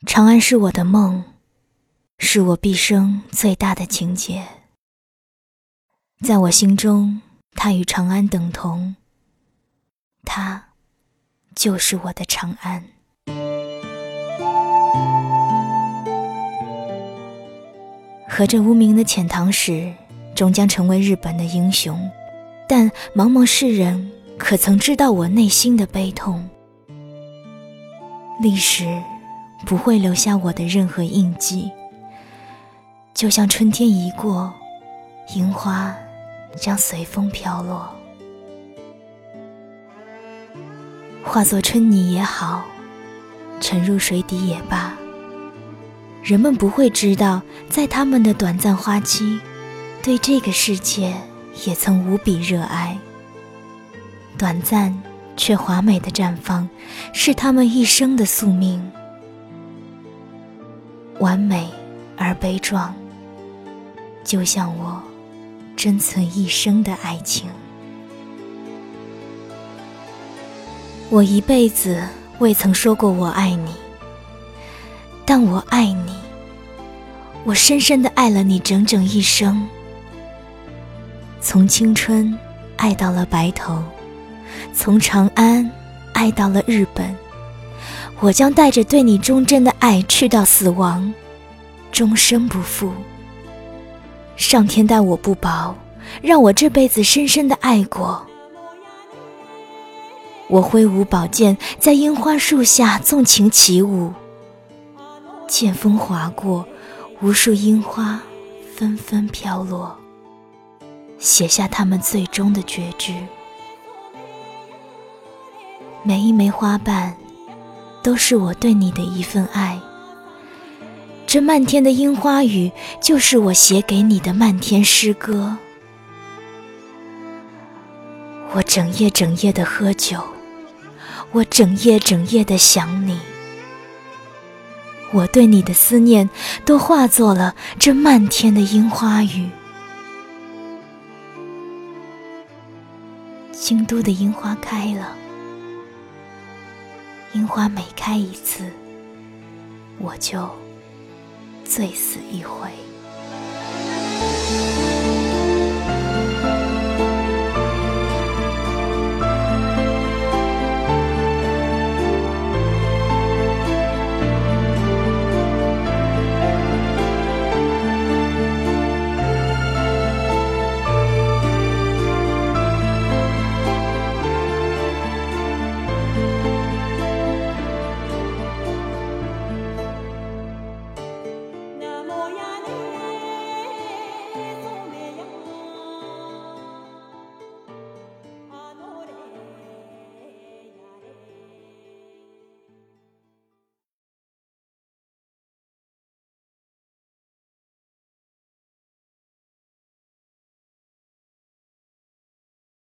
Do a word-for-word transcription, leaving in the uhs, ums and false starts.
长安是我的梦，是我毕生最大的情结。在我心中，它与长安等同，它就是我的长安。和着无名的遣唐使，终将成为日本的英雄，但茫茫世人可曾知道我内心的悲痛？历史不会留下我的任何印记，就像春天一过，樱花将随风飘落，化作春泥也好，沉入水底也罢，人们不会知道，在他们的短暂花期，对这个世界也曾无比热爱。短暂却华美的绽放，是他们一生的宿命。完美而悲壮，就像我珍存一生的爱情。我一辈子未曾说过我爱你，但我爱你，我深深地爱了你整整一生。从青春爱到了白头，从长安爱到了日本，我将带着对你忠贞的爱去到死亡，终生不负。上天待我不薄，让我这辈子深深地爱过。我挥舞宝剑，在樱花树下纵情起舞，剑锋划过，无数樱花纷纷飘落，写下他们最终的决句。每一枚花瓣都是我对你的一份爱，这漫天的樱花雨就是我写给你的漫天诗歌。我整夜整夜地喝酒，我整夜整夜地想你，我对你的思念都化作了这漫天的樱花雨。京都的樱花开了，樱花每开一次，我就醉死一回。